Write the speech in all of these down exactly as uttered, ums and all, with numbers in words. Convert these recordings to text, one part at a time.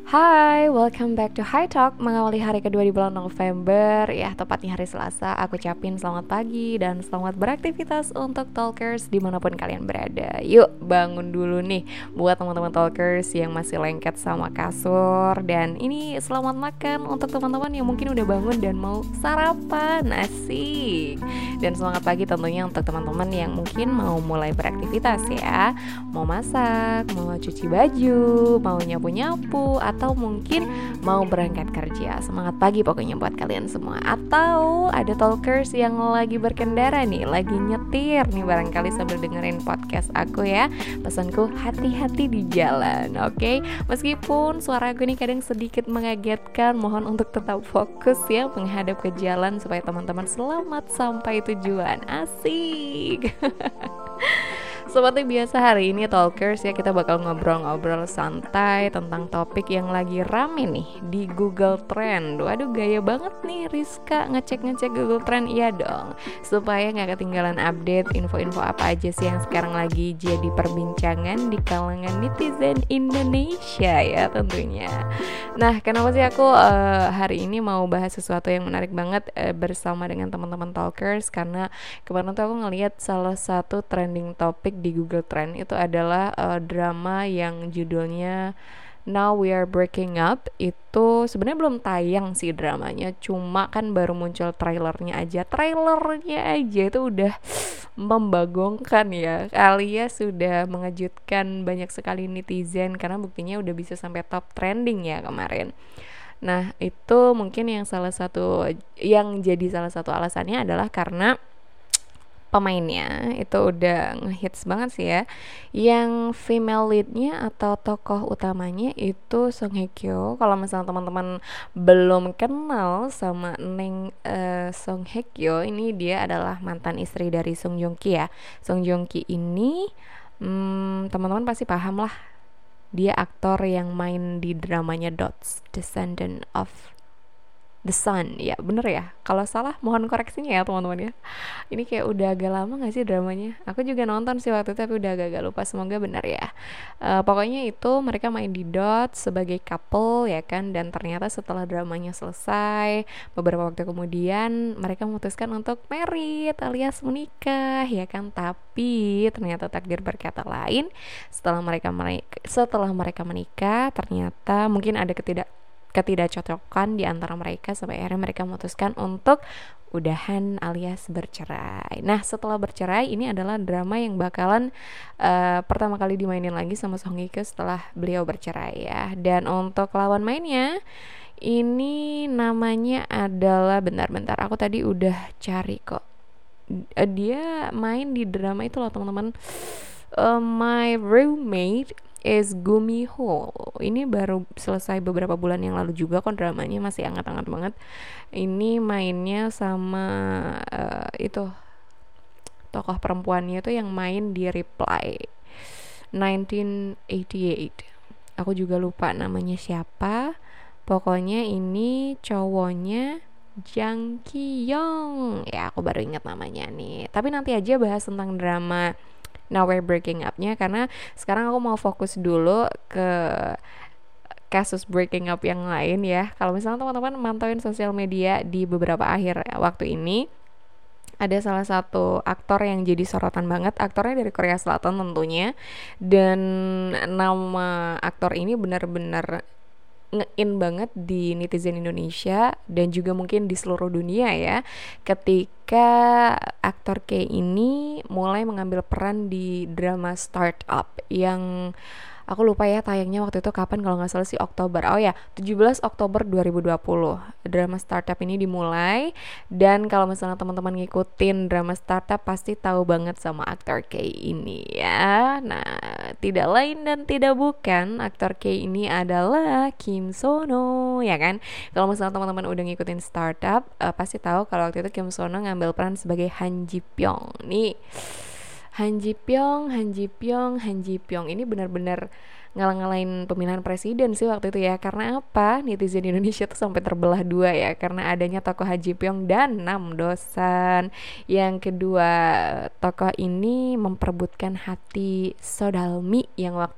Hai, welcome back to High Talk. Mengawali hari kedua di bulan November, ya tepatnya hari Selasa. Aku ucapin selamat pagi dan selamat beraktivitas untuk talkers dimanapun kalian berada. Yuk bangun dulu nih buat teman-teman talkers yang masih lengket sama kasur. Dan ini selamat makan untuk teman-teman yang mungkin udah bangun dan mau sarapan. Asik. Dan semangat pagi tentunya untuk teman-teman yang mungkin mau mulai beraktivitas ya. Mau masak, mau cuci baju, mau nyapu-nyapu, atau mungkin mau berangkat kerja. Semangat pagi pokoknya buat kalian semua. Atau ada talkers yang lagi berkendara nih, lagi nyetir nih barangkali sambil dengerin podcast aku ya. Pesanku hati-hati di jalan, oke? Okay? Meskipun suara aku ini kadang sedikit mengagetkan, mohon untuk tetap fokus ya menghadap ke jalan supaya teman-teman selamat sampai tujuan. Asik. Seperti biasa hari ini talkers ya, kita bakal ngobrol-ngobrol santai tentang topik yang lagi rame nih di Google Trend. Waduh gaya banget nih Rizka ngecek-ngecek Google Trend. Iya dong, supaya gak ketinggalan update info-info apa aja sih yang sekarang lagi jadi perbincangan di kalangan netizen Indonesia ya tentunya. Nah kenapa sih aku uh, hari ini mau bahas sesuatu yang menarik banget uh, bersama dengan teman-teman talkers, karena kemarin tuh aku ngeliat salah satu trending topik di Google Trend itu adalah uh, drama yang judulnya Now We Are Breaking Up. Itu sebenarnya belum tayang sih dramanya, cuma kan baru muncul trailernya aja. Trailernya aja itu udah membagongkan ya, alias sudah mengejutkan banyak sekali netizen karena buktinya udah bisa sampai top trending ya kemarin. Nah itu mungkin yang salah satu yang jadi salah satu alasannya adalah karena pemainnya itu udah ngehits banget sih ya. Yang female leadnya atau tokoh utamanya itu Song Hye Kyo. Kalau misalnya teman-teman belum kenal sama Neng uh, Song Hye Kyo, ini dia adalah mantan istri dari Song Joong Ki ya. Song Joong Ki ini hmm, teman-teman pasti paham lah, dia aktor yang main di dramanya Dots, Descendant of The Sun, ya bener ya. Kalau salah mohon koreksinya ya teman-teman ya. Ini kayak udah agak lama gak sih dramanya? Aku juga nonton sih waktu itu tapi udah agak-agak lupa. Semoga benar ya. uh, Pokoknya itu mereka main di Dots sebagai couple ya kan. Dan ternyata setelah dramanya selesai, beberapa waktu kemudian mereka memutuskan untuk married alias menikah ya kan. Tapi ternyata takdir berkata lain. Setelah mereka setelah mereka menikah, ternyata mungkin ada ketidak ketidakcocokan di antara mereka sampai akhirnya mereka memutuskan untuk udahan alias bercerai. Nah setelah bercerai, ini adalah drama yang bakalan uh, pertama kali dimainin lagi sama Song Hye Kyo setelah beliau bercerai ya. Dan untuk lawan mainnya ini namanya adalah, bentar-bentar aku tadi udah cari kok. Uh, dia main di drama itu loh teman-teman, uh, My Roommate is Gumi Ho. Ini baru selesai beberapa bulan yang lalu juga kok, dramanya masih hangat-hangat banget. Ini mainnya sama uh, itu tokoh perempuannya itu yang main di Reply nineteen eighty-eight. Aku juga lupa namanya siapa. Pokoknya ini cowoknya Jang Ki Young. Ya aku baru ingat namanya nih. Tapi nanti aja bahas tentang drama Now We're Breaking Up-nya, karena sekarang aku mau fokus dulu ke kasus breaking up yang lain ya. Kalau misalnya teman-teman mantauin sosial media di beberapa akhir waktu ini, ada salah satu aktor yang jadi sorotan banget. Aktornya dari Korea Selatan tentunya. Dan nama aktor ini benar-benar nge-in banget di netizen Indonesia dan juga mungkin di seluruh dunia ya, ketika aktor K ini mulai mengambil peran di drama Startup yang aku lupa ya tayangnya waktu itu kapan, kalau nggak salah sih Oktober. Oh ya, tujuh belas Oktober dua ribu dua puluh drama Startup ini dimulai. Dan kalau misalnya teman-teman ngikutin drama Startup pasti tahu banget sama aktor K ini ya. Nah, tidak lain dan tidak bukan, aktor K ini adalah Kim Sono ya kan. Kalau misalnya teman-teman udah ngikutin Startup, uh, pasti tahu kalau waktu itu Kim Sono ngambil peran sebagai Han Ji Pyong. Nih Han Ji Pyong, Han Ji Pyong, Han Ji Pyong ini benar-benar ngalah-ngalahin pemilihan presiden sih waktu itu ya. Karena apa? Netizen Indonesia tuh sampai terbelah dua ya, karena adanya tokoh Han Ji Pyong dan Nam Dosan. Yang kedua, tokoh ini memperebutkan hati Sodalmi yang waktu itu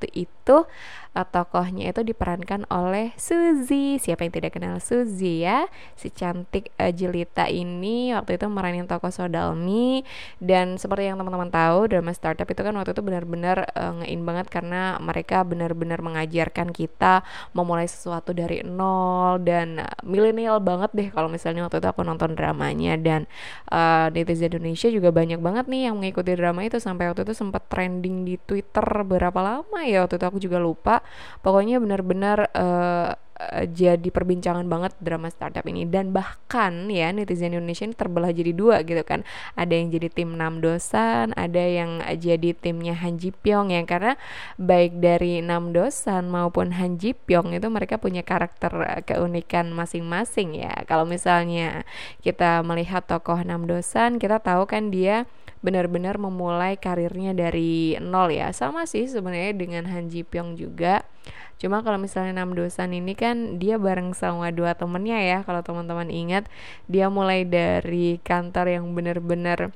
itu uh, tokohnya itu diperankan oleh Suzy. Siapa yang tidak kenal Suzy ya? Si cantik uh, jelita ini waktu itu meranin tokoh Sodalmi. Dan seperti yang teman-teman tahu, drama startup itu kan waktu itu benar-benar uh, ngein banget karena mereka benar-benar mengajarkan kita memulai sesuatu dari nol. Dan uh, milenial banget deh kalau misalnya waktu itu aku nonton dramanya. Dan uh, netizen Indonesia juga banyak banget nih yang mengikuti drama itu, sampai waktu itu sempat trending di Twitter berapa lama ya, waktu itu aku juga lupa. Pokoknya benar-benar uh, uh, jadi perbincangan banget drama startup ini. Dan bahkan ya netizen Indonesia ini terbelah jadi dua gitu kan. Ada yang jadi tim Namdosan, ada yang jadi timnya Han Ji Pyong ya, karena baik dari Namdosan maupun Han Ji Pyong itu mereka punya karakter uh, keunikan masing-masing ya. Kalau misalnya kita melihat tokoh Namdosan, kita tahu kan dia benar-benar memulai karirnya dari nol ya. Sama sih sebenarnya dengan Han Ji Pyong juga. Cuma kalau misalnya Namdosan ini kan dia bareng sama dua temennya ya. Kalau teman-teman ingat, dia mulai dari kantor yang benar-benar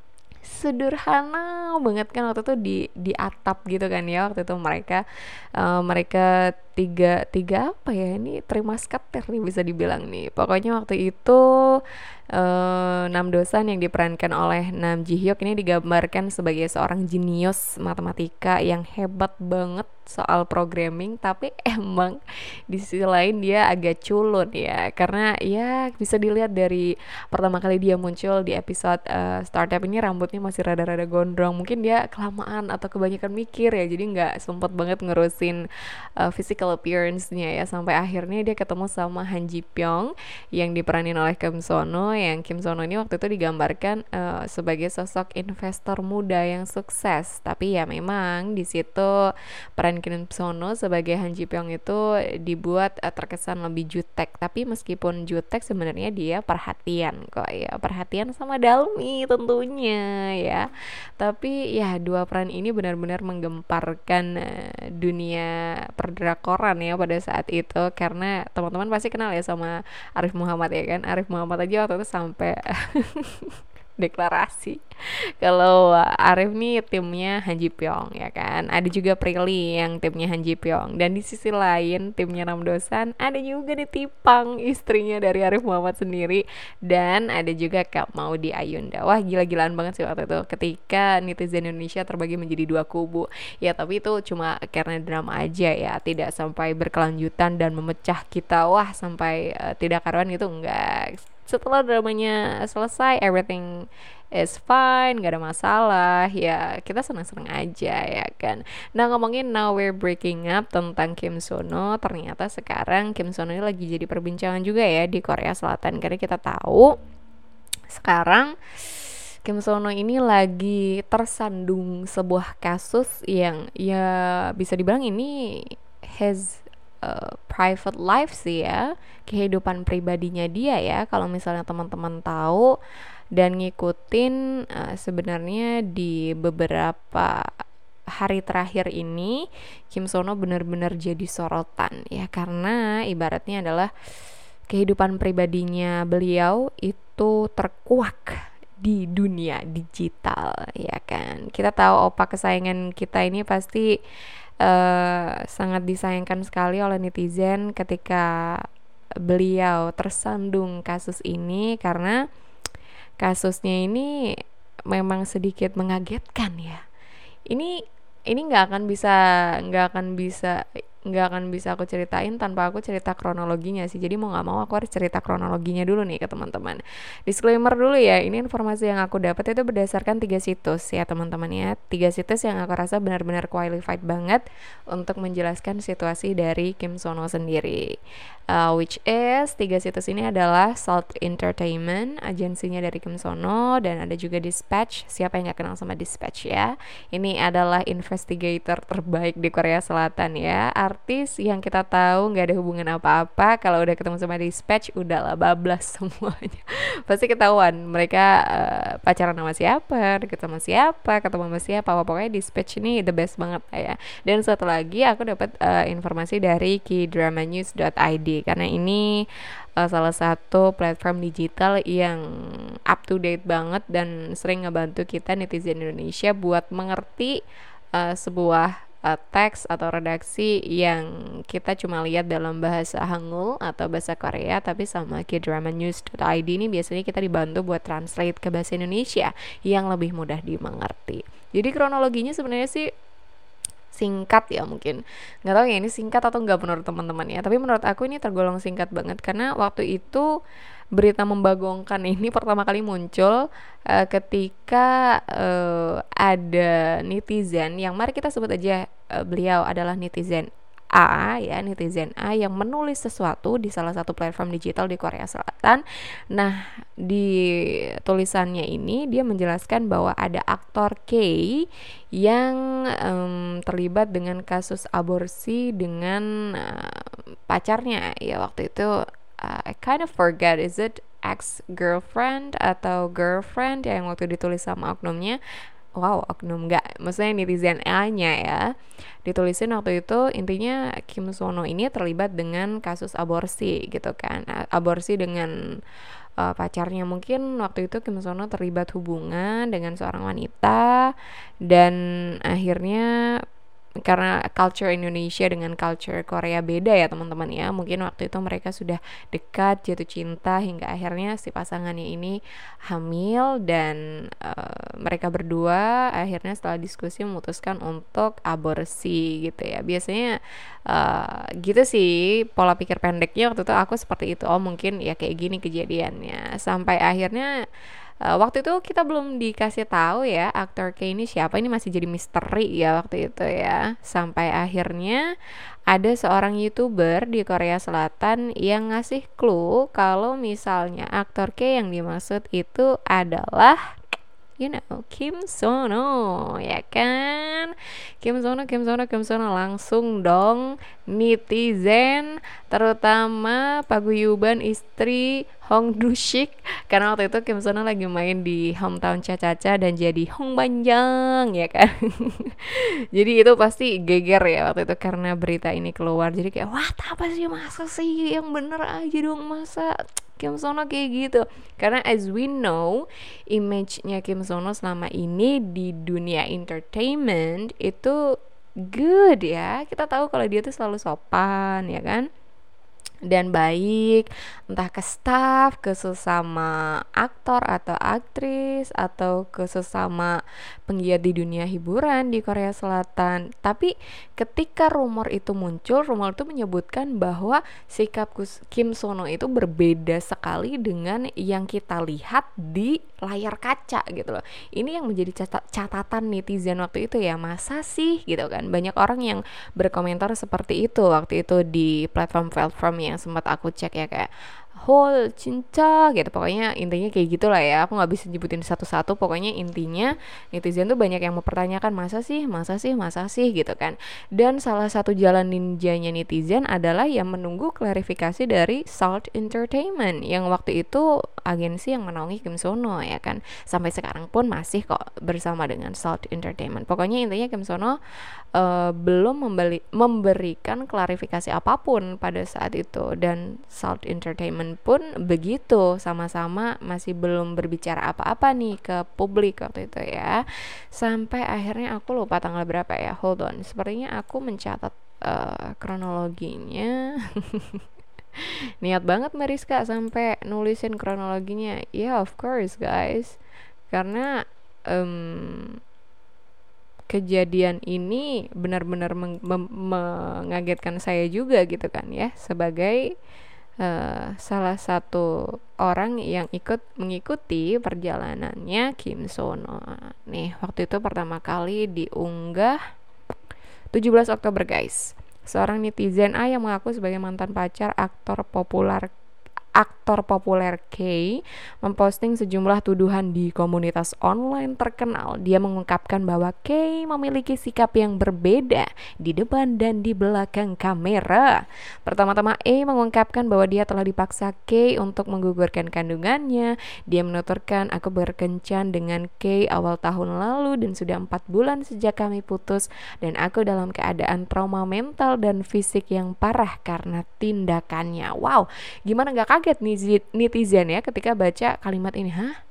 sederhana banget kan, waktu itu di di atap gitu kan ya. Waktu itu mereka uh, mereka tiga tiga apa ya, ini terima skater nih bisa dibilang nih. Pokoknya waktu itu uh, Namdosan yang diperankan oleh Nam Ji Hyuk ini digambarkan sebagai seorang jenius matematika yang hebat banget soal programming, tapi emang di sisi lain dia agak culun ya, karena ya bisa dilihat dari pertama kali dia muncul di episode uh, startup ini rambutnya masih rada-rada gondrong. Mungkin dia kelamaan atau kebanyakan mikir ya, jadi nggak sempet banget ngurusin uh, physical appearance-nya ya, sampai akhirnya dia ketemu sama Han Ji Pyong yang diperanin oleh Kim Sono. Yang Kim Sono ini waktu itu digambarkan uh, sebagai sosok investor muda yang sukses, tapi ya memang di situ peran Kim Sono sebagai Han Ji Pyong itu dibuat uh, terkesan lebih jutek. Tapi meskipun jutek sebenarnya dia perhatian kok ya, perhatian sama Dalmi tentunya ya. Tapi ya dua peran ini benar-benar menggemparkan uh, dunia perdrakoran ya pada saat itu, karena teman-teman pasti kenal ya sama Arif Muhammad ya kan. Arif Muhammad aja waktu itu sampai deklarasi kalau Arif nih timnya Han Ji Pyong ya kan. Ada juga Prilly yang timnya Han Ji Pyong, dan di sisi lain timnya Namdosan ada juga di Tipang, istrinya dari Arif Muhammad sendiri, dan ada juga Kak Maudi Ayunda. Wah gila-gilaan banget sih waktu itu ketika netizen Indonesia terbagi menjadi dua kubu ya. Tapi itu cuma karena drama aja ya, tidak sampai berkelanjutan dan memecah kita wah sampai uh, tidak karuan gitu, enggak. Setelah dramanya selesai, everything is fine, gak ada masalah ya, kita senang-senang aja ya kan. Nah ngomongin Now We're Breaking Up tentang Kim Sono, ternyata sekarang Kim Sono ini lagi jadi perbincangan juga ya di Korea Selatan, karena kita tahu sekarang Kim Sono ini lagi tersandung sebuah kasus yang ya bisa dibilang ini his Uh, private life sih ya, kehidupan pribadinya dia ya. Kalau misalnya teman-teman tahu dan ngikutin uh, sebenarnya di beberapa hari terakhir ini Kim Sono benar-benar jadi sorotan ya, karena ibaratnya adalah kehidupan pribadinya beliau itu terkuak di dunia digital ya kan. Kita tahu opa kesayangan kita ini pasti Uh, sangat disayangkan sekali oleh netizen ketika beliau tersandung kasus ini, karena kasusnya ini memang sedikit mengagetkan ya. Ini ini nggak akan bisa nggak akan bisa nggak akan bisa aku ceritain tanpa aku cerita kronologinya sih. Jadi mau nggak mau aku harus cerita kronologinya dulu nih ke teman-teman. Disclaimer dulu ya, ini informasi yang aku dapat itu berdasarkan tiga situs ya teman-teman ya. Tiga situs yang aku rasa benar-benar qualified banget untuk menjelaskan situasi dari Kim Sono sendiri. Uh, which is tiga situs ini adalah Salt Entertainment, agensinya dari Kim Sono, dan ada juga Dispatch. Siapa yang nggak kenal sama Dispatch ya? Ini adalah investigator terbaik di Korea Selatan ya. Artis yang kita tahu nggak ada hubungan apa-apa, kalau udah ketemu sama Dispatch udahlah bablas semuanya. Pasti ketahuan mereka uh, pacaran sama siapa, deket sama siapa, ketemu sama siapa. Pokoknya Dispatch ini the best banget ya. Dan satu lagi aku dapat uh, informasi dari k drama news dot i d, karena ini uh, salah satu platform digital yang up to date banget dan sering ngebantu kita netizen Indonesia buat mengerti uh, sebuah uh, teks atau redaksi yang kita cuma lihat dalam bahasa Hangul atau bahasa Korea, tapi sama K-drama news dot I D ini biasanya kita dibantu buat translate ke bahasa Indonesia yang lebih mudah dimengerti. Jadi kronologinya sebenarnya sih singkat ya, mungkin nggak tahu ya ini singkat atau nggak menurut teman-teman ya, tapi menurut aku ini tergolong singkat banget karena waktu itu berita membagongkan ini pertama kali muncul uh, ketika uh, ada netizen yang mari kita sebut aja uh, beliau adalah netizen A ya, netizen A yang menulis sesuatu di salah satu platform digital di Korea Selatan. Nah, di tulisannya ini dia menjelaskan bahwa ada aktor K yang um, terlibat dengan kasus aborsi dengan uh, pacarnya ya waktu itu. uh, I kind of forget, is it ex girlfriend atau girlfriend yang waktu ditulis sama oknumnya. Wow, oknum nggak, maksudnya netizen A-nya ya. Ditulisin waktu itu intinya Kim Sono ini terlibat dengan kasus aborsi gitu kan. Aborsi dengan uh, pacarnya. Mungkin waktu itu Kim Sono terlibat hubungan dengan seorang wanita dan akhirnya karena culture Indonesia dengan culture Korea beda ya teman-teman ya, mungkin waktu itu mereka sudah dekat, jatuh cinta hingga akhirnya si pasangannya ini hamil dan uh, mereka berdua akhirnya setelah diskusi memutuskan untuk aborsi gitu ya. Biasanya uh, gitu sih pola pikir pendeknya waktu itu aku seperti itu. Oh mungkin ya kayak gini kejadiannya, sampai akhirnya Uh, waktu itu kita belum dikasih tahu ya aktor K ini siapa, ini masih jadi misteri ya waktu itu ya. Sampai akhirnya ada seorang YouTuber di Korea Selatan yang ngasih clue kalau misalnya aktor K yang dimaksud itu adalah you know Kim Sono ya kan. Kim Sono, Kim Sono, Kim Sono langsung dong netizen terutama paguyuban istri Hong Du-sik, karena waktu itu Kim Sono lagi main di hometown Cha-Cha-Cha dan jadi Hong Banjang ya kan. Jadi itu pasti geger ya waktu itu karena berita ini keluar. Jadi kayak wah apa sih, masa sih, yang bener aja dong, masa Kim Sono kayak gitu. Karena as we know, image-nya Kim Sono selama ini di dunia entertainment itu good ya. Kita tahu kalau dia tuh selalu sopan ya kan, dan baik, entah ke staff, ke sesama aktor atau aktris, atau ke sesama penggiat di dunia hiburan di Korea Selatan. Tapi ketika rumor itu muncul, rumor itu menyebutkan bahwa sikap Kim Sono itu berbeda sekali dengan yang kita lihat di layar kaca gitu loh. Ini yang menjadi catatan netizen waktu itu ya, masa sih gitu kan. Banyak orang yang berkomentar seperti itu waktu itu di platform-platform yang sempat aku cek ya, kayak hol cinta gitu, pokoknya intinya kayak gitulah ya. Aku nggak bisa nyebutin satu-satu, pokoknya intinya netizen tuh banyak yang mempertanyakan masa sih, masa sih, masa sih gitu kan. Dan salah satu jalan ninjanya netizen adalah yang menunggu klarifikasi dari Salt Entertainment yang waktu itu agensi yang menaungi Kim Sono ya kan. Sampai sekarang pun masih kok bersama dengan Salt Entertainment. Pokoknya intinya Kim Sono uh, belum membeli, memberikan klarifikasi apapun pada saat itu, dan Salt Entertainment pun begitu, sama-sama masih belum berbicara apa-apa nih ke publik waktu itu ya. Sampai akhirnya aku lupa tanggal berapa ya, hold on, sepertinya aku mencatat uh, kronologinya. Niat banget Mariska sampai nulisin kronologinya. Ya yeah, of course guys, karena um, kejadian ini benar-benar meng- mem- mengagetkan saya juga gitu kan ya, sebagai Uh, salah satu orang yang ikut mengikuti perjalanannya Kim Sono. Nih, waktu itu pertama kali diunggah tujuh belas Oktober guys. Seorang netizen A yang mengaku sebagai mantan pacar aktor populer aktor populer K memposting sejumlah tuduhan di komunitas online terkenal. Dia mengungkapkan bahwa K memiliki sikap yang berbeda di depan dan di belakang kamera. Pertama-tama E mengungkapkan bahwa dia telah dipaksa K untuk menggugurkan kandungannya. Dia menuturkan, aku berkencan dengan K awal tahun lalu dan sudah empat bulan sejak kami putus, dan aku dalam keadaan trauma mental dan fisik yang parah karena tindakannya. Wow, gimana gak kaget nih netizen ya ketika baca kalimat ini? Hah?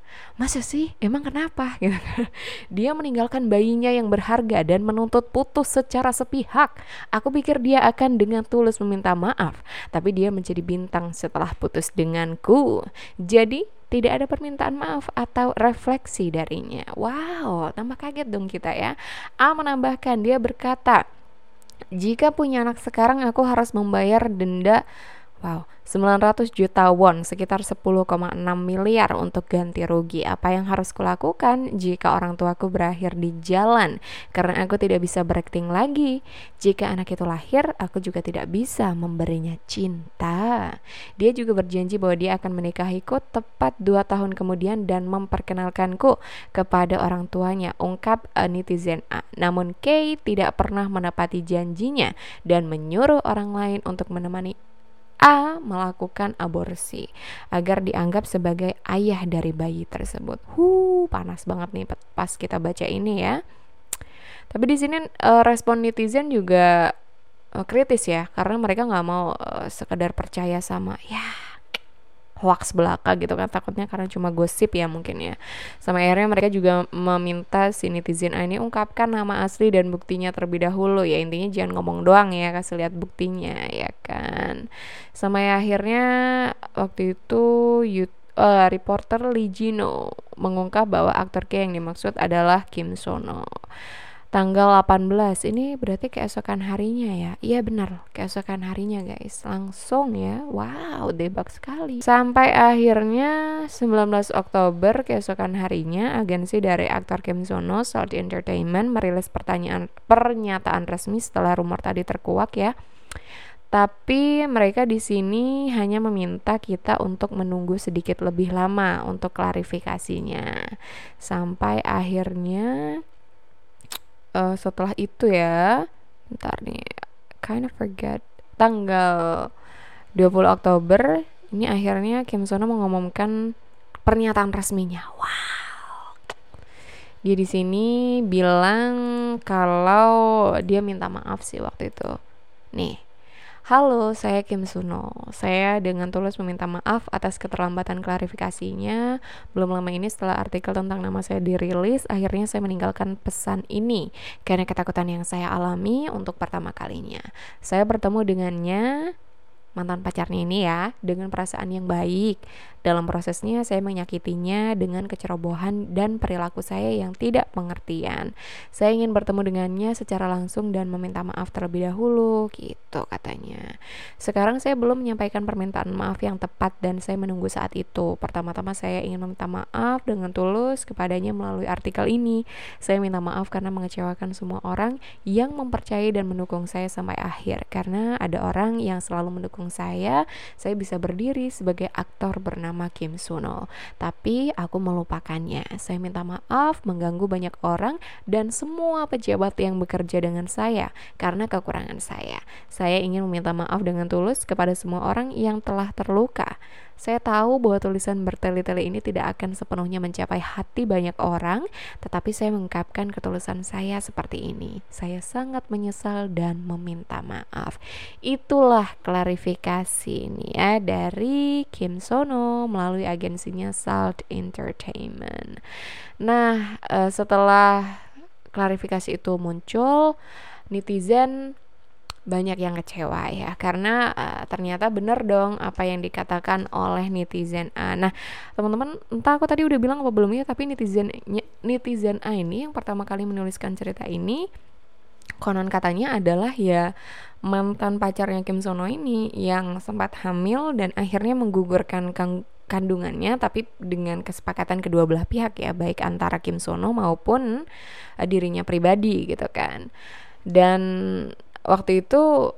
Masa sih? Emang kenapa? Gitu kan. Dia meninggalkan bayinya yang berharga dan menuntut putus secara sepihak. Aku pikir dia akan dengan tulus meminta maaf, tapi dia menjadi bintang setelah putus denganku. Jadi tidak ada permintaan maaf atau refleksi darinya. Wow, tambah kaget dong kita ya. A menambahkan, dia berkata, jika punya anak sekarang aku harus membayar denda wow, sembilan ratus juta won, sekitar sepuluh koma enam miliar untuk ganti rugi. Apa yang harus kulakukan jika orang tuaku berakhir di jalan? Karena aku tidak bisa berakting lagi. Jika anak itu lahir, aku juga tidak bisa memberinya cinta. Dia juga berjanji bahwa dia akan menikahiku tepat dua tahun kemudian dan memperkenalkanku kepada orang tuanya, ungkap uh, netizen A. Namun Kay tidak pernah menepati janjinya dan menyuruh orang lain untuk menemani A melakukan aborsi agar dianggap sebagai ayah dari bayi tersebut. Huh, panas banget nih pas kita baca ini ya. Tapi di sini uh, respon netizen juga uh, kritis ya, karena mereka nggak mau uh, sekedar percaya sama ya hoax belaka gitu kan, takutnya karena cuma gosip ya mungkin ya. Sama akhirnya mereka juga meminta si netizen ini ungkapkan nama asli dan buktinya terlebih dahulu ya, intinya jangan ngomong doang ya, kasih lihat buktinya ya kan. Sama akhirnya waktu itu YouTube Uh, reporter Lee Jino mengungkap bahwa aktor K yang dimaksud adalah Kim Sono. Tanggal delapan belas, ini berarti keesokan harinya ya. Iya benar, keesokan harinya guys. Langsung ya. Wow, debak sekali. Sampai akhirnya sembilan belas Oktober keesokan harinya, agensi dari aktor Kim Sono, Salt Entertainment, merilis pertanyaan pernyataan resmi setelah rumor tadi terkuak ya. Tapi mereka di sini hanya meminta kita untuk menunggu sedikit lebih lama untuk klarifikasinya. Sampai akhirnya Uh, setelah itu ya, bentar nih, kind of forget, tanggal dua puluh Oktober ini akhirnya Kim Sono mengumumkan pernyataan resminya. Wow, dia di sini bilang kalau dia minta maaf sih waktu itu. Nih, halo, saya Kim Sono. Saya dengan tulus meminta maaf atas keterlambatan klarifikasinya. Belum lama ini setelah artikel tentang nama saya dirilis, akhirnya saya meninggalkan pesan ini karena ketakutan yang saya alami untuk pertama kalinya. Saya bertemu dengannya, mantan pacarnya ini ya, dengan perasaan yang baik. Dalam prosesnya saya menyakitinya dengan kecerobohan dan perilaku saya yang tidak pengertian. Saya ingin bertemu dengannya secara langsung dan meminta maaf terlebih dahulu, gitu katanya. Sekarang saya belum menyampaikan permintaan maaf yang tepat dan saya menunggu saat itu. Pertama-tama saya ingin meminta maaf dengan tulus kepadanya melalui artikel ini. Saya minta maaf karena mengecewakan semua orang yang mempercayai dan mendukung saya sampai akhir. Karena ada orang yang selalu mendukung saya, saya bisa berdiri sebagai aktor bernama Kim Sono. Tapi aku melupakannya. Saya minta maaf mengganggu banyak orang dan semua pejabat yang bekerja dengan saya karena kekurangan saya. Saya ingin meminta maaf dengan tulus kepada semua orang yang telah terluka. Saya tahu bahwa tulisan bertele-tele ini tidak akan sepenuhnya mencapai hati banyak orang, tetapi saya mengungkapkan ketulusan saya seperti ini. Saya sangat menyesal dan meminta maaf. Itulah klarifikasi ini ya dari Kim Sono melalui agensinya Salt Entertainment. Nah, uh, setelah klarifikasi itu muncul, netizen banyak yang kecewa ya, karena uh, ternyata benar dong apa yang dikatakan oleh netizen A. Nah teman-teman, entah aku tadi udah bilang apa belum ya, tapi netizen netizen A ini yang pertama kali menuliskan cerita ini konon katanya adalah ya mantan pacarnya Kim Sono ini yang sempat hamil dan akhirnya menggugurkan kang kandungannya, tapi dengan kesepakatan kedua belah pihak ya, baik antara Kim Sono maupun uh, dirinya pribadi gitu kan. Dan waktu itu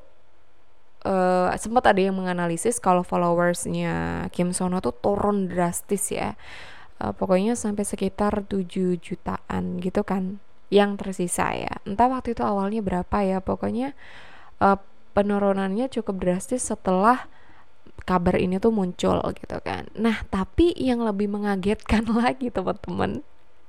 uh, sempat ada yang menganalisis kalau followersnya Kim Sono tuh turun drastis ya, uh, pokoknya sampai sekitar tujuh jutaan gitu kan yang tersisa ya. Entah waktu itu awalnya berapa ya, pokoknya uh, penurunannya cukup drastis setelah kabar ini tuh muncul gitu kan. Nah tapi yang lebih mengagetkan lagi teman-teman,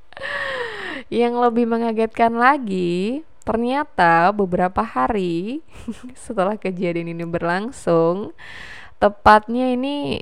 yang lebih mengagetkan lagi, ternyata beberapa hari setelah kejadian ini berlangsung, tepatnya ini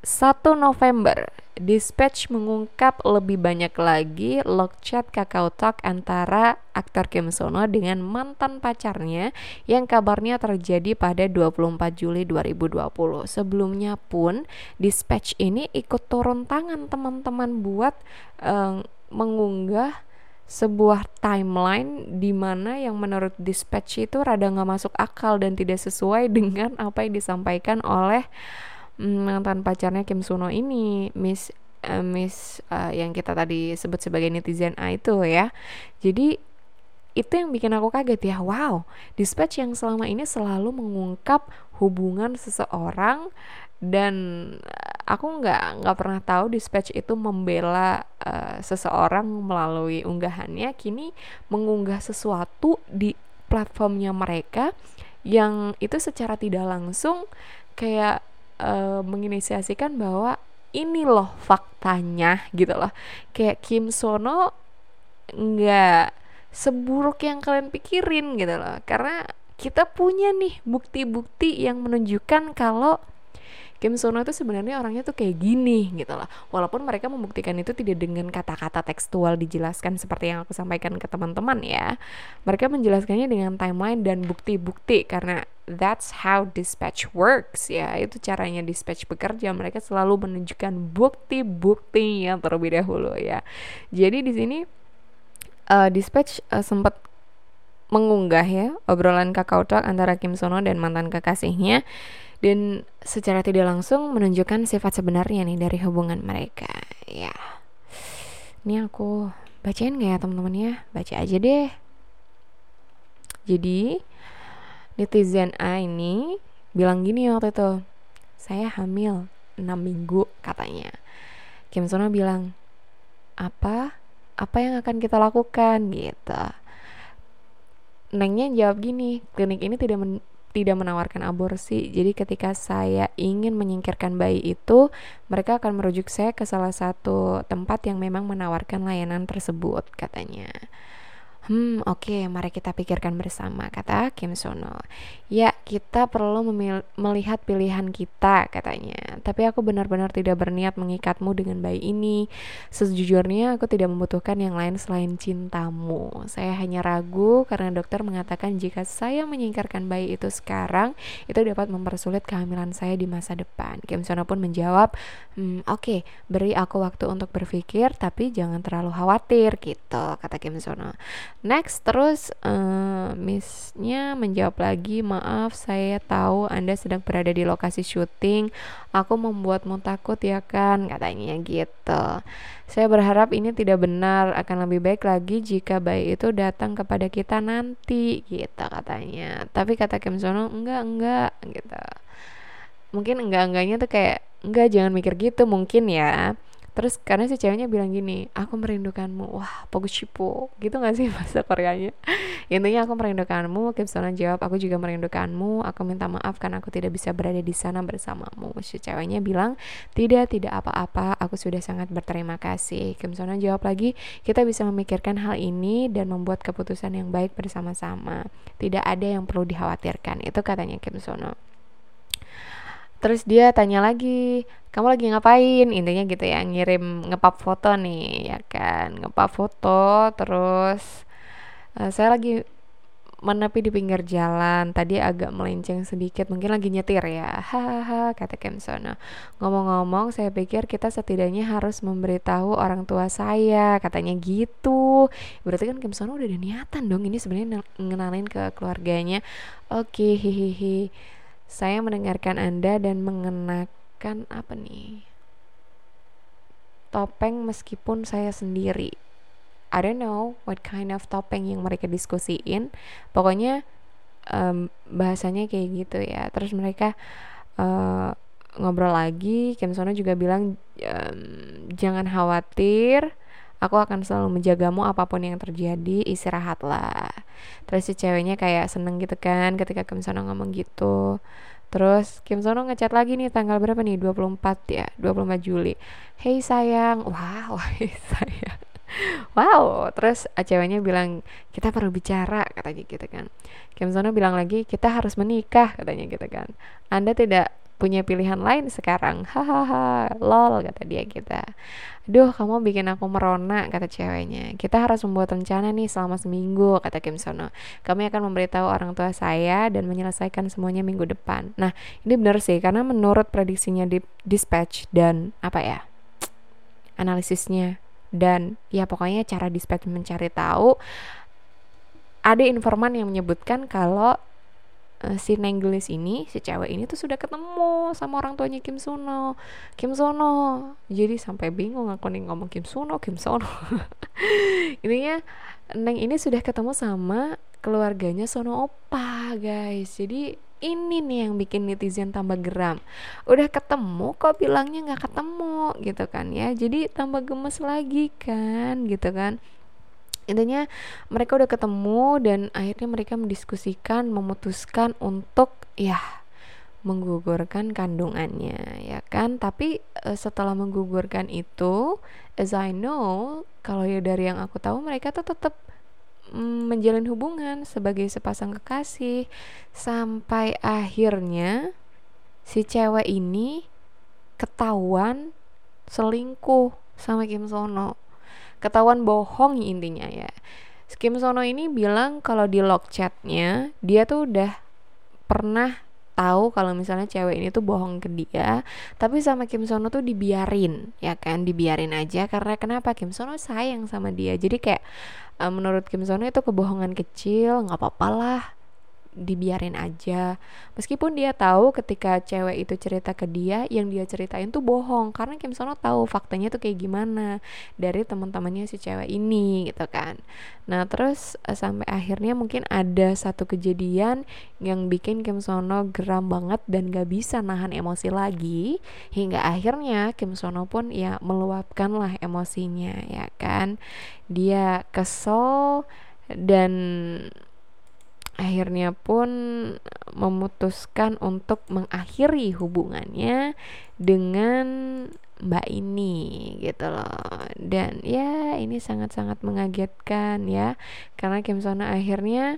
satu November, Dispatch mengungkap lebih banyak lagi log chat Kakao Talk antara aktor Kim Sono dengan mantan pacarnya yang kabarnya terjadi pada dua puluh empat Juli dua ribu dua puluh. Sebelumnya pun Dispatch ini ikut turun tangan teman-teman buat uh, mengunggah sebuah timeline di mana yang menurut Dispatch itu rada nggak masuk akal dan tidak sesuai dengan apa yang disampaikan oleh mantan pacarnya Kim Suno ini, Miss uh, Miss uh, yang kita tadi sebut sebagai netizen A itu ya. Jadi itu yang bikin aku kaget ya. Wow, Dispatch yang selama ini selalu mengungkap hubungan seseorang, dan aku nggak nggak pernah tahu Dispatch itu membela uh, seseorang melalui unggahannya, kini mengunggah sesuatu di platformnya mereka yang itu secara tidak langsung kayak Uh, menginisiasikan bahwa ini loh faktanya gitu loh. Kayak Kim Sono nggak seburuk yang kalian pikirin gitu loh. Karena kita punya nih bukti-bukti yang menunjukkan kalau Kim Sono itu sebenarnya orangnya tuh kayak gini gitu loh. Walaupun mereka membuktikan itu tidak dengan kata-kata tekstual dijelaskan seperti yang aku sampaikan ke teman-teman ya. Mereka menjelaskannya dengan timeline dan bukti-bukti, karena that's how Dispatch works ya. Itu caranya Dispatch bekerja. Mereka selalu menunjukkan bukti-bukti yang terlebih dahulu ya. Jadi di sini uh, Dispatch uh, sempat mengunggah ya obrolan Kakao Talk antara Kim Sono dan mantan kekasihnya, dan secara tidak langsung menunjukkan sifat sebenarnya nih dari hubungan mereka ya. Ini aku bacain gak ya teman-teman ya? Baca aja deh. Jadi netizen A ini bilang gini waktu itu, saya hamil enam minggu katanya. Kim Sono bilang, apa? Apa yang akan kita lakukan gitu. Nengnya jawab gini, klinik ini tidak men- tidak menawarkan aborsi. Jadi ketika saya ingin menyingkirkan bayi itu, mereka akan merujuk saya ke salah satu tempat yang memang menawarkan layanan tersebut katanya. Hmm, oke, okay, mari kita pikirkan bersama, kata Kim Sono. Ya, kita perlu memil- melihat pilihan kita, katanya. Tapi aku benar-benar tidak berniat mengikatmu dengan bayi ini. Sejujurnya, aku tidak membutuhkan yang lain selain cintamu. Saya hanya ragu karena dokter mengatakan jika saya menyingkirkan bayi itu sekarang, itu dapat mempersulit kehamilan saya di masa depan. Kim Sono pun menjawab, hmm, oke, okay, beri aku waktu untuk berpikir, tapi jangan terlalu khawatir, gitu, kata Kim Sono. Next, terus uh, Miss-nya menjawab lagi, maaf saya tahu Anda sedang berada di lokasi syuting, aku membuatmu takut ya kan, katanya gitu. Saya berharap ini tidak benar, akan lebih baik lagi jika bayi itu datang kepada kita nanti, gitu katanya. Tapi kata Kim Sono, enggak, enggak, gitu. Mungkin enggak-enggaknya tuh kayak, enggak, jangan mikir gitu mungkin ya. Terus karena si ceweknya bilang gini, aku merindukanmu. Wah, pogoshipo gitu gak sih bahasa Koreanya? Intinya aku merindukanmu. Kim Sono jawab, aku juga merindukanmu. Aku minta maaf karena aku tidak bisa berada di sana bersamamu. Si ceweknya bilang, tidak, tidak apa-apa, aku sudah sangat berterima kasih. Kim Sono jawab lagi, kita bisa memikirkan hal ini dan membuat keputusan yang baik bersama-sama. Tidak ada yang perlu dikhawatirkan. Itu katanya Kim Sono. Terus dia tanya lagi, kamu lagi ngapain? Intinya gitu ya, ngirim ngepap foto nih, ya kan, ngepap foto. Terus uh, saya lagi menepi di pinggir jalan, tadi agak melenceng sedikit, mungkin lagi nyetir ya, hahaha, kata Kim Sono. Ngomong-ngomong, saya pikir kita setidaknya harus memberitahu orang tua saya, katanya gitu. Berarti kan Kim Sono udah ada niatan dong, ini sebenarnya ngenalin ke keluarganya. Oke, hihihi. Saya mendengarkan Anda dan mengenakan apa nih? Topeng meskipun saya sendiri. I don't know what kind of topeng yang mereka diskusiin. Pokoknya um, bahasanya kayak gitu ya. Terus mereka uh, ngobrol lagi. Kim Sono juga bilang um, jangan khawatir. Aku akan selalu menjagamu apapun yang terjadi, istirahatlah. Terus si ceweknya kayak seneng gitu kan ketika Kim Sono ngomong gitu. Terus Kim Sono ngechat lagi nih tanggal berapa nih? dua puluh empat ya, dua puluh empat Juli. Hey sayang, wow, hey sayang. Wow, terus ceweknya bilang kita perlu bicara, katanya gitu kan. Kim Sono bilang lagi kita harus menikah, katanya gitu kan. Anda tidak punya pilihan lain sekarang, hahaha, lol kata dia kita. Duh, kamu bikin aku merona, kata ceweknya. Kita harus membuat rencana nih selama seminggu, kata Kim Sono. Kami akan memberitahu orang tua saya dan menyelesaikan semuanya minggu depan. Nah, ini benar sih, karena menurut prediksinya di dispatch dan apa ya, analisisnya dan ya pokoknya cara dispatch mencari tahu, ada informan yang menyebutkan kalau uh, si Nenggelis ini, si cewek ini tuh sudah ketemu sama orang tuanya Kim Sono. Kim Sono. Jadi sampai bingung aku nih ngomong Kim Sono, Kim Sono. Intinya Neng ini sudah ketemu sama keluarganya Sono Opa, guys. Jadi ini nih yang bikin netizen tambah geram. Udah ketemu kok bilangnya nggak ketemu gitu kan ya. Jadi tambah gemes lagi kan gitu kan. Intinya mereka udah ketemu dan akhirnya mereka mendiskusikan, memutuskan untuk ya menggugurkan kandungannya, ya kan. Tapi uh, setelah menggugurkan itu, as I know, kalau ya dari yang aku tahu, mereka tuh tetap mm, menjalin hubungan sebagai sepasang kekasih sampai akhirnya si cewek ini ketahuan selingkuh sama Kim Sono, ketahuan bohong intinya ya. Kim Sono ini bilang kalau di log chatnya dia tuh udah pernah tahu kalau misalnya cewek ini tuh bohong ke dia, tapi sama Kim Sono tuh dibiarin, ya kan, dibiarin aja karena kenapa, Kim Sono sayang sama dia. Jadi kayak uh, menurut Kim Sono itu kebohongan kecil, nggak apa-apa lah, dibiarin aja. Meskipun dia tahu ketika cewek itu cerita ke dia, yang dia ceritain tuh bohong, karena Kim Sono tahu faktanya tuh kayak gimana dari teman-temannya si cewek ini gitu kan. Nah terus uh, sampai akhirnya mungkin ada satu kejadian yang bikin Kim Sono geram banget dan gak bisa nahan emosi lagi, hingga akhirnya Kim Sono pun ya meluapkan lah emosinya, ya kan. Dia kesel dan akhirnya pun memutuskan untuk mengakhiri hubungannya dengan mbak ini gitu loh. Dan ya ini sangat-sangat mengagetkan ya, karena Kim Sono akhirnya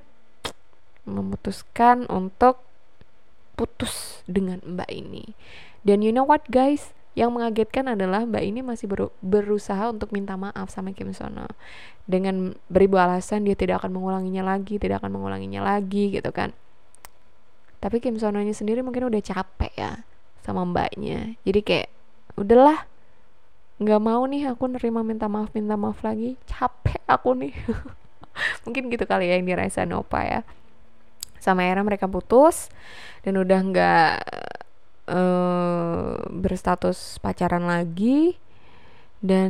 memutuskan untuk putus dengan mbak ini. Dan you know what guys, yang mengagetkan adalah mbak ini masih ber- berusaha untuk minta maaf sama Kim Sono dengan beribu alasan dia tidak akan mengulanginya lagi, tidak akan mengulanginya lagi gitu kan. Tapi Kim Sono-nya sendiri mungkin udah capek ya sama mbaknya. Jadi kayak udahlah, nggak mau nih aku nerima minta maaf minta maaf lagi, capek aku nih. Mungkin gitu kali ya yang dirasain Opa ya. Sama akhirnya mereka putus dan udah nggak Uh, berstatus pacaran lagi, dan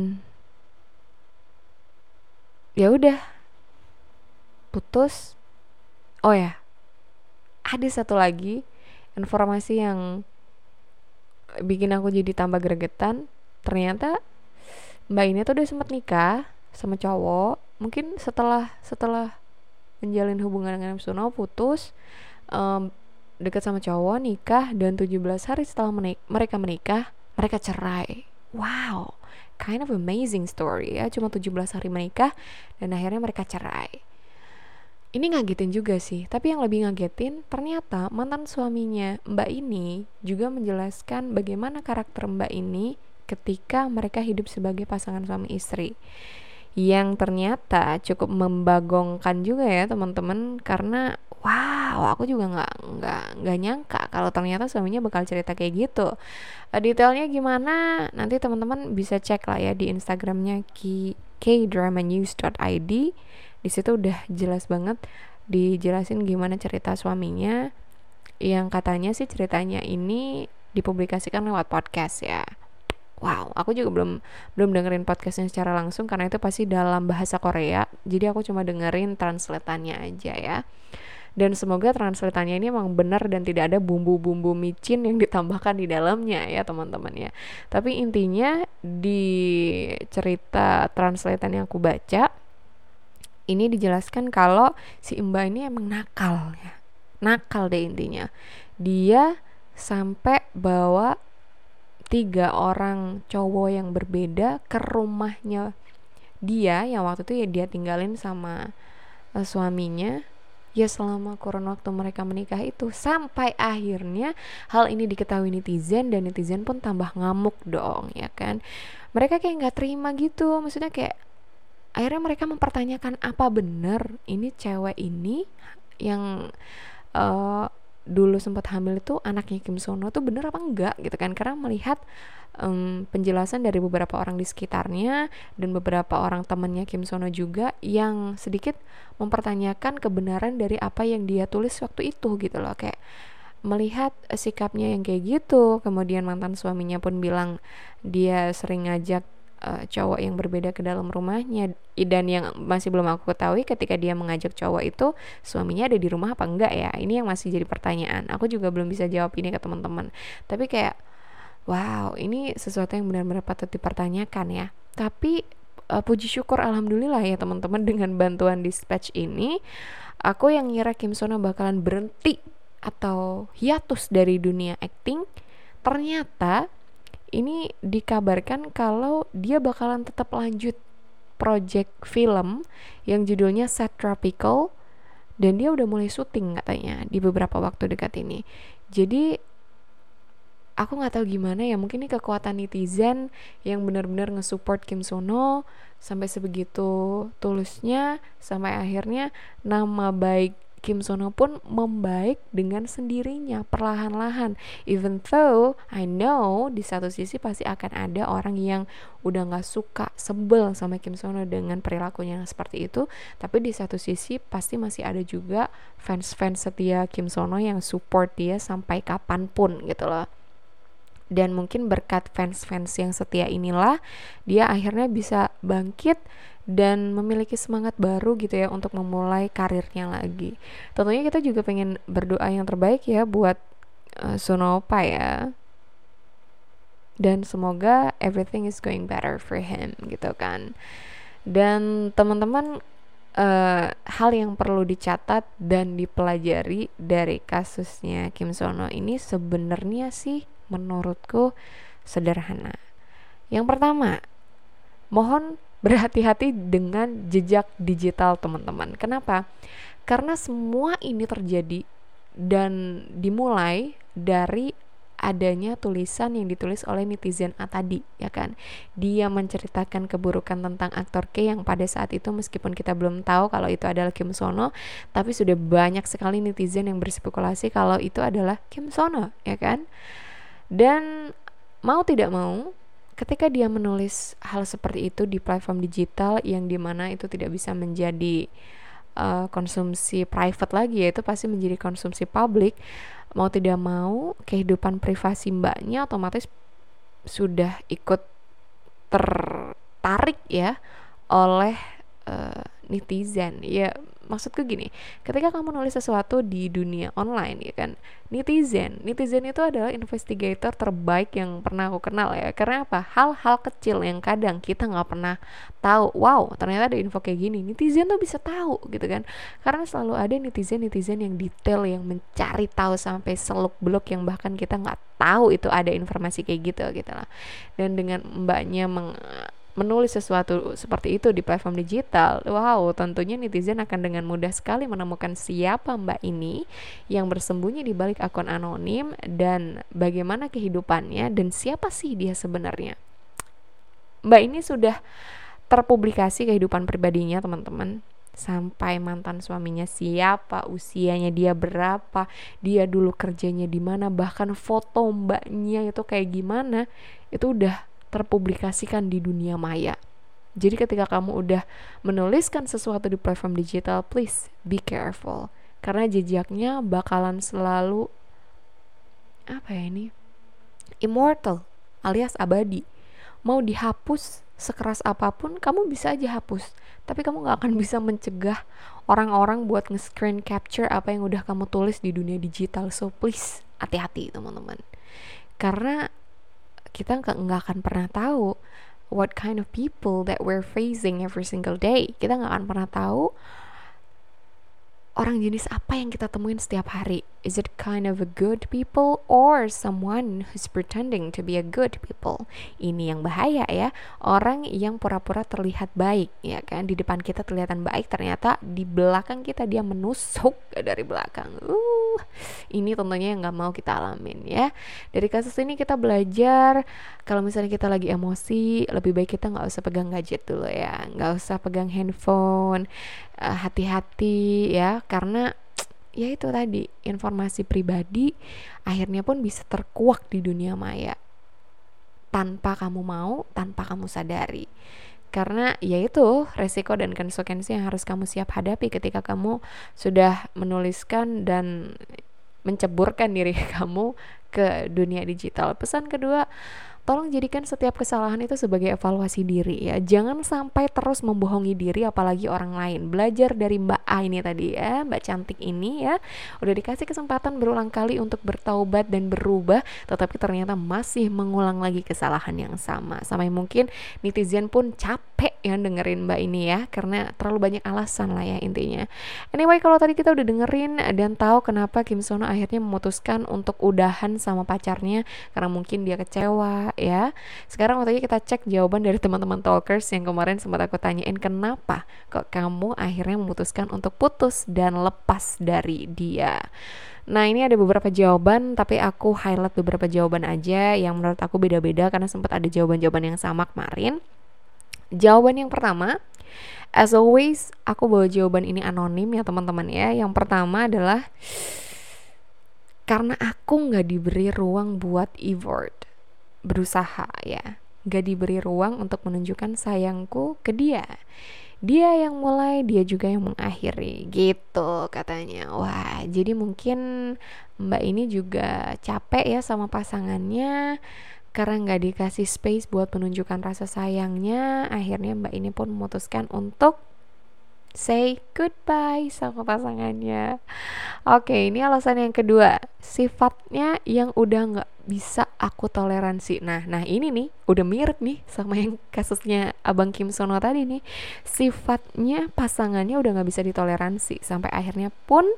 ya udah putus. Oh ya, ada satu lagi informasi yang bikin aku jadi tambah gregetan. Ternyata mbak ini tuh udah sempat nikah sama cowok. Mungkin setelah setelah menjalin hubungan dengan Sono, putus, um, dekat sama cowok, nikah, dan tujuh belas hari setelah menik- mereka menikah, mereka cerai. Wow, kind of amazing story ya. Cuma tujuh belas hari menikah dan akhirnya mereka cerai. Ini ngagetin juga sih, tapi yang lebih ngagetin ternyata mantan suaminya mbak ini juga menjelaskan bagaimana karakter mbak ini ketika mereka hidup sebagai pasangan suami istri, yang ternyata cukup membagongkan juga ya teman-teman. Karena wow, aku juga nggak nggak nggak nyangka kalau ternyata suaminya bakal cerita kayak gitu. Uh, detailnya gimana? Nanti teman-teman bisa cek lah ya di Instagramnya k drama news dot i d. Di situ udah jelas banget dijelasin gimana cerita suaminya, yang katanya sih ceritanya ini dipublikasikan lewat podcast ya. Wow, aku juga belum belum dengerin podcastnya secara langsung karena itu pasti dalam bahasa Korea. Jadi aku cuma dengerin translatannya aja ya. Dan semoga translatannya ini emang benar dan tidak ada bumbu-bumbu micin yang ditambahkan di dalamnya ya teman-teman ya. Tapi intinya di cerita translatan yang aku baca, ini dijelaskan kalau si Mbak ini emang nakal ya. Nakal deh intinya. Dia sampai bawa tiga orang cowok yang berbeda ke rumahnya dia, yang waktu itu ya dia tinggalin sama uh, suaminya, ya selama kurun waktu mereka menikah itu, sampai akhirnya hal ini diketahui netizen, dan netizen pun tambah ngamuk dong, ya kan. Mereka kayak nggak terima gitu, maksudnya kayak akhirnya mereka mempertanyakan apa bener ini cewek ini yang uh, dulu sempat hamil itu anaknya Kim Sono tuh bener apa enggak gitu kan, karena melihat um, penjelasan dari beberapa orang di sekitarnya dan beberapa orang temannya Kim Sono juga yang sedikit mempertanyakan kebenaran dari apa yang dia tulis waktu itu gitu loh. Kayak melihat uh, sikapnya yang kayak gitu, kemudian mantan suaminya pun bilang dia sering ngajak uh, cowok yang berbeda ke dalam rumahnya, dan yang masih belum aku ketahui ketika dia mengajak cowok itu suaminya ada di rumah apa enggak ya, ini yang masih jadi pertanyaan. Aku juga belum bisa jawab ini ke teman-teman, tapi kayak wow, ini sesuatu yang benar-benar patut dipertanyakan ya. Tapi uh, puji syukur alhamdulillah ya teman-teman, dengan bantuan Dispatch ini aku yang ngira Kim Sona bakalan berhenti atau hiatus dari dunia acting, ternyata ini dikabarkan kalau dia bakalan tetap lanjut project film yang judulnya Set Tropical, dan dia udah mulai syuting katanya di beberapa waktu dekat ini. Jadi aku nggak tahu gimana ya, mungkin ini kekuatan netizen yang benar-benar nge-support Kim Sono sampai sebegitu tulusnya, sampai akhirnya nama baik Kim Sono pun membaik dengan sendirinya perlahan-lahan. Even though I know di satu sisi pasti akan ada orang yang udah nggak suka, sebel sama Kim Sono dengan perilakunya yang seperti itu, tapi di satu sisi pasti masih ada juga fans-fans setia Kim Sono yang support dia sampai kapanpun gitu loh. Dan mungkin berkat fans-fans yang setia inilah dia akhirnya bisa bangkit dan memiliki semangat baru gitu ya untuk memulai karirnya lagi. Tentunya kita juga pengen berdoa yang terbaik ya buat uh, Sonopa ya, dan semoga everything is going better for him gitu kan. Dan teman-teman, uh, hal yang perlu dicatat dan dipelajari dari kasusnya Kim Sono ini sebenarnya sih menurutku sederhana. Yang pertama, mohon berhati-hati dengan jejak digital teman-teman. Kenapa? Karena semua ini terjadi dan dimulai dari adanya tulisan yang ditulis oleh netizen A tadi, ya kan. Dia menceritakan keburukan tentang aktor K yang pada saat itu meskipun kita belum tahu kalau itu adalah Kim Sono, tapi sudah banyak sekali netizen yang berspekulasi kalau itu adalah Kim Sono, ya kan. Dan mau tidak mau, ketika dia menulis hal seperti itu di platform digital yang dimana itu tidak bisa menjadi uh, konsumsi private lagi, yaitu pasti menjadi konsumsi publik, mau tidak mau kehidupan privasi mbaknya otomatis sudah ikut tertarik ya oleh uh, netizen. Ya maksudku gini, ketika kamu nulis sesuatu di dunia online ya kan, netizen netizen itu adalah investigator terbaik yang pernah aku kenal ya. Karena apa? Hal-hal kecil yang kadang kita nggak pernah tahu, wow ternyata ada info kayak gini, netizen tuh bisa tahu gitu kan. Karena selalu ada netizen-netizen yang detail, yang mencari tahu sampai seluk beluk, yang bahkan kita nggak tahu itu ada informasi kayak gitu gitu lah. Dan dengan mbaknya meng menulis sesuatu seperti itu di platform digital, wow tentunya netizen akan dengan mudah sekali menemukan siapa mbak ini yang bersembunyi di balik akun anonim, dan bagaimana kehidupannya, dan siapa sih dia sebenarnya. Mbak ini sudah terpublikasi kehidupan pribadinya teman-teman, sampai mantan suaminya siapa, usianya dia berapa, dia dulu kerjanya di mana, bahkan foto mbaknya itu kayak gimana, itu udah terpublikasikan di dunia maya. Jadi ketika kamu udah menuliskan sesuatu di platform digital, please be careful, karena jejaknya bakalan selalu apa ya ini immortal alias abadi. Mau dihapus sekeras apapun kamu bisa aja hapus, tapi kamu gak akan bisa mencegah orang-orang buat nge-screen capture apa yang udah kamu tulis di dunia digital. So please hati-hati teman-teman, karena kita nggak nggak akan pernah tahu what kind of people that we're facing every single day. Kita nggak akan pernah tahu orang jenis apa yang kita temuin setiap hari, Is it kind of a good people or someone who's pretending to be a good people? Ini yang bahaya ya. Orang yang pura-pura terlihat baik, ya kan? Di depan kita kelihatan baik, ternyata di belakang kita dia menusuk dari belakang. Uh, ini tentunya yang nggak mau kita alamin ya. Dari kasus ini kita belajar kalau misalnya kita lagi emosi, lebih baik kita nggak usah pegang gadget dulu ya, nggak usah pegang handphone. Uh, hati-hati ya, karena ya itu tadi, informasi pribadi akhirnya pun bisa terkuak di dunia maya tanpa kamu mau, tanpa kamu sadari. Karena ya itu resiko dan konsekuensi yang harus kamu siap hadapi ketika kamu sudah menuliskan dan menceburkan diri kamu ke dunia digital. Pesan kedua, tolong jadikan setiap kesalahan itu sebagai evaluasi diri ya. Jangan sampai terus membohongi diri apalagi orang lain. Belajar dari Mbak A ini tadi ya, Mbak cantik ini ya. Udah dikasih kesempatan berulang kali untuk bertaubat dan berubah, tetapi ternyata masih mengulang lagi kesalahan yang sama. Sampai mungkin netizen pun capek ya dengerin Mbak ini ya, karena terlalu banyak alasan lah ya intinya. Anyway, kalau tadi kita udah dengerin dan tahu kenapa Kim Sono akhirnya memutuskan untuk udahan sama pacarnya karena mungkin dia kecewa ya. Sekarang waktunya kita cek jawaban dari teman-teman talkers yang kemarin sempat aku tanyain, kenapa kok kamu akhirnya memutuskan untuk putus dan lepas dari dia. Nah, ini ada beberapa jawaban, tapi aku highlight beberapa jawaban aja yang menurut aku beda-beda karena sempat ada jawaban-jawaban yang sama kemarin. Jawaban yang pertama, as always aku bawa jawaban ini anonim ya teman-teman ya. Yang pertama adalah karena aku gak diberi ruang buat effort, berusaha ya, gak diberi ruang untuk menunjukkan sayangku ke dia. Dia yang mulai, dia juga yang mengakhiri, gitu katanya. Wah, jadi mungkin Mbak ini juga capek ya sama pasangannya karena gak dikasih space buat menunjukkan rasa sayangnya. Akhirnya Mbak ini pun memutuskan untuk say goodbye sama pasangannya. Oke, ini alasan yang kedua, sifatnya yang udah gak bisa aku toleransi. Nah, nah ini nih udah mirip nih sama yang kasusnya Abang Kim Sono tadi nih. Sifatnya pasangannya udah gak bisa ditoleransi sampai akhirnya pun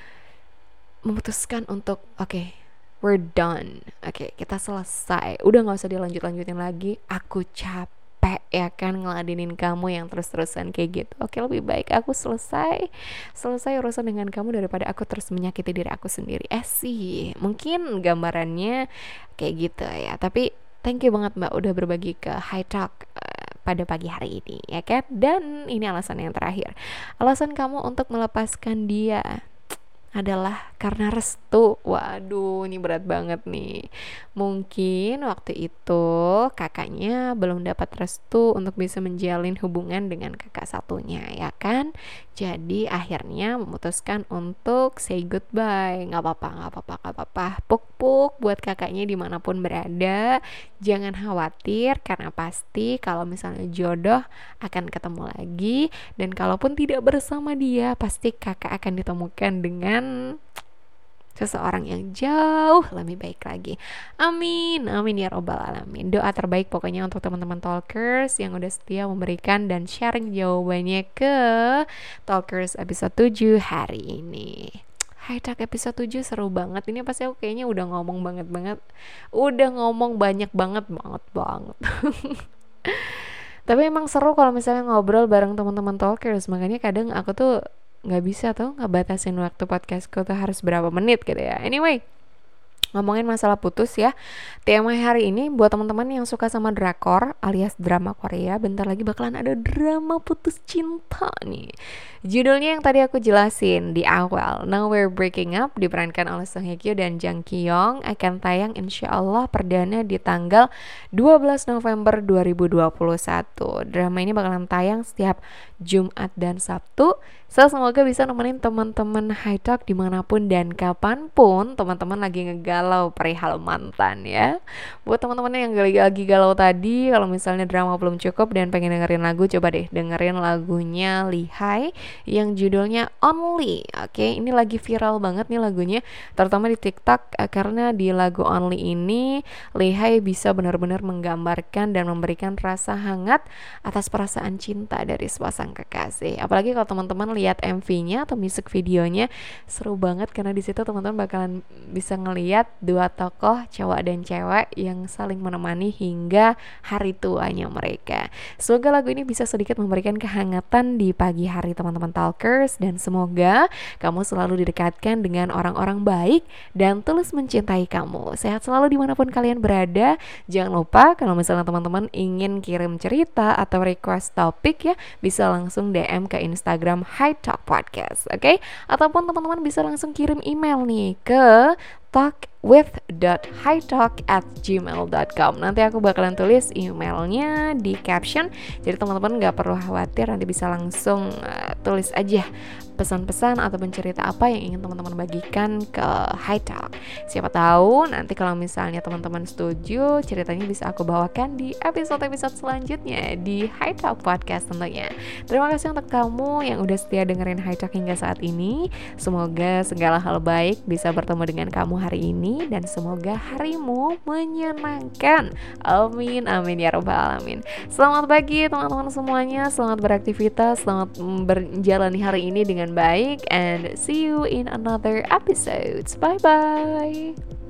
memutuskan untuk oke, okay, we're done. Oke, okay, kita selesai. Udah gak usah dilanjut-lanjutin lagi. Aku capek ya kan ngeladenin kamu yang terus-terusan kayak gitu. Oke, lebih baik aku selesai selesai urusan dengan kamu daripada aku terus menyakiti diri aku sendiri. Eh sih, mungkin gambarannya kayak gitu ya. Tapi thank you banget Mbak udah berbagi ke High Talk uh, pada pagi hari ini ya kan. Dan ini alasan yang terakhir, alasan kamu untuk melepaskan dia adalah karena restu. Waduh, ini berat banget nih. Mungkin waktu itu kakaknya belum dapat restu untuk bisa menjalin hubungan dengan kakak satunya, ya kan? Jadi akhirnya memutuskan untuk say goodbye. Gak apa-apa, gak apa-apa, gak apa-apa. Puk-puk buat kakaknya dimanapun berada. Jangan khawatir, karena pasti kalau misalnya jodoh akan ketemu lagi. Dan kalaupun tidak bersama dia, pasti kakak akan ditemukan dengan seseorang yang jauh lebih baik lagi. Amin, amin ya robbal alamin. Doa terbaik pokoknya untuk teman-teman talkers yang udah setia memberikan dan sharing jawabannya ke talkers episode tujuh hari ini. High Talk episode tujuh seru banget. Ini pasti aku kayaknya udah ngomong banget banget. Udah ngomong banyak banget banget banget. Tapi emang seru kalau misalnya ngobrol bareng teman-teman talkers. Makanya kadang aku tuh nggak bisa tuh ngebatasin waktu podcastku tuh harus berapa menit gitu ya. Anyway, ngomongin masalah putus ya, tema hari ini buat teman-teman yang suka sama drakor alias drama Korea, bentar lagi bakalan ada drama putus cinta nih. Judulnya yang tadi aku jelasin di awal, Now We're Breaking Up, diperankan oleh Song Hye Kyo dan Jang Ki Young, akan tayang insya Allah perdana di tanggal dua belas November dua ribu dua puluh satu. Drama ini bakalan tayang setiap Jumat dan Sabtu. So, semoga bisa nemenin teman-teman High Talk dimanapun dan kapanpun teman-teman lagi ngegal galau perihal mantan ya. Buat teman-teman yang lagi, lagi galau tadi, kalau misalnya drama belum cukup dan pengen dengerin lagu, coba deh dengerin lagunya Lihai yang judulnya Only. Oke, ini lagi viral banget nih lagunya, terutama di TikTok, eh, karena di lagu Only ini Lihai bisa benar-benar menggambarkan dan memberikan rasa hangat atas perasaan cinta dari sepasang kekasih. Apalagi kalau teman-teman lihat M V-nya atau music videonya, seru banget karena di situ teman-teman bakalan bisa ngelihat dua tokoh cowok dan cewek yang saling menemani hingga hari tuanya mereka. Semoga lagu ini bisa sedikit memberikan kehangatan di pagi hari teman-teman Talkers, dan semoga kamu selalu didekatkan dengan orang-orang baik dan tulus mencintai kamu. Sehat selalu dimanapun kalian berada. Jangan lupa kalau misalnya teman-teman ingin kirim cerita atau request topik ya, bisa langsung D M ke Instagram High Talk Podcast, oke? Okay? Ataupun teman-teman bisa langsung kirim email nih ke talkwith dot hightalk at gmail dot com. Nanti aku bakalan tulis emailnya di caption, jadi teman-teman gak perlu khawatir, nanti bisa langsung uh, tulis aja pesan-pesan atau cerita apa yang ingin teman-teman bagikan ke High Talk. Siapa tahu nanti kalau misalnya teman-teman setuju, ceritanya bisa aku bawakan di episode-episode selanjutnya di High Talk Podcast tentunya. Terima kasih untuk kamu yang udah setia dengerin High Talk hingga saat ini. Semoga segala hal baik bisa bertemu dengan kamu hari ini, dan semoga harimu menyenangkan. Amin, amin ya robbal alamin. Selamat pagi teman-teman semuanya, selamat beraktivitas, selamat berjalani hari ini dengan baik, and see you in another episodes. Bye bye.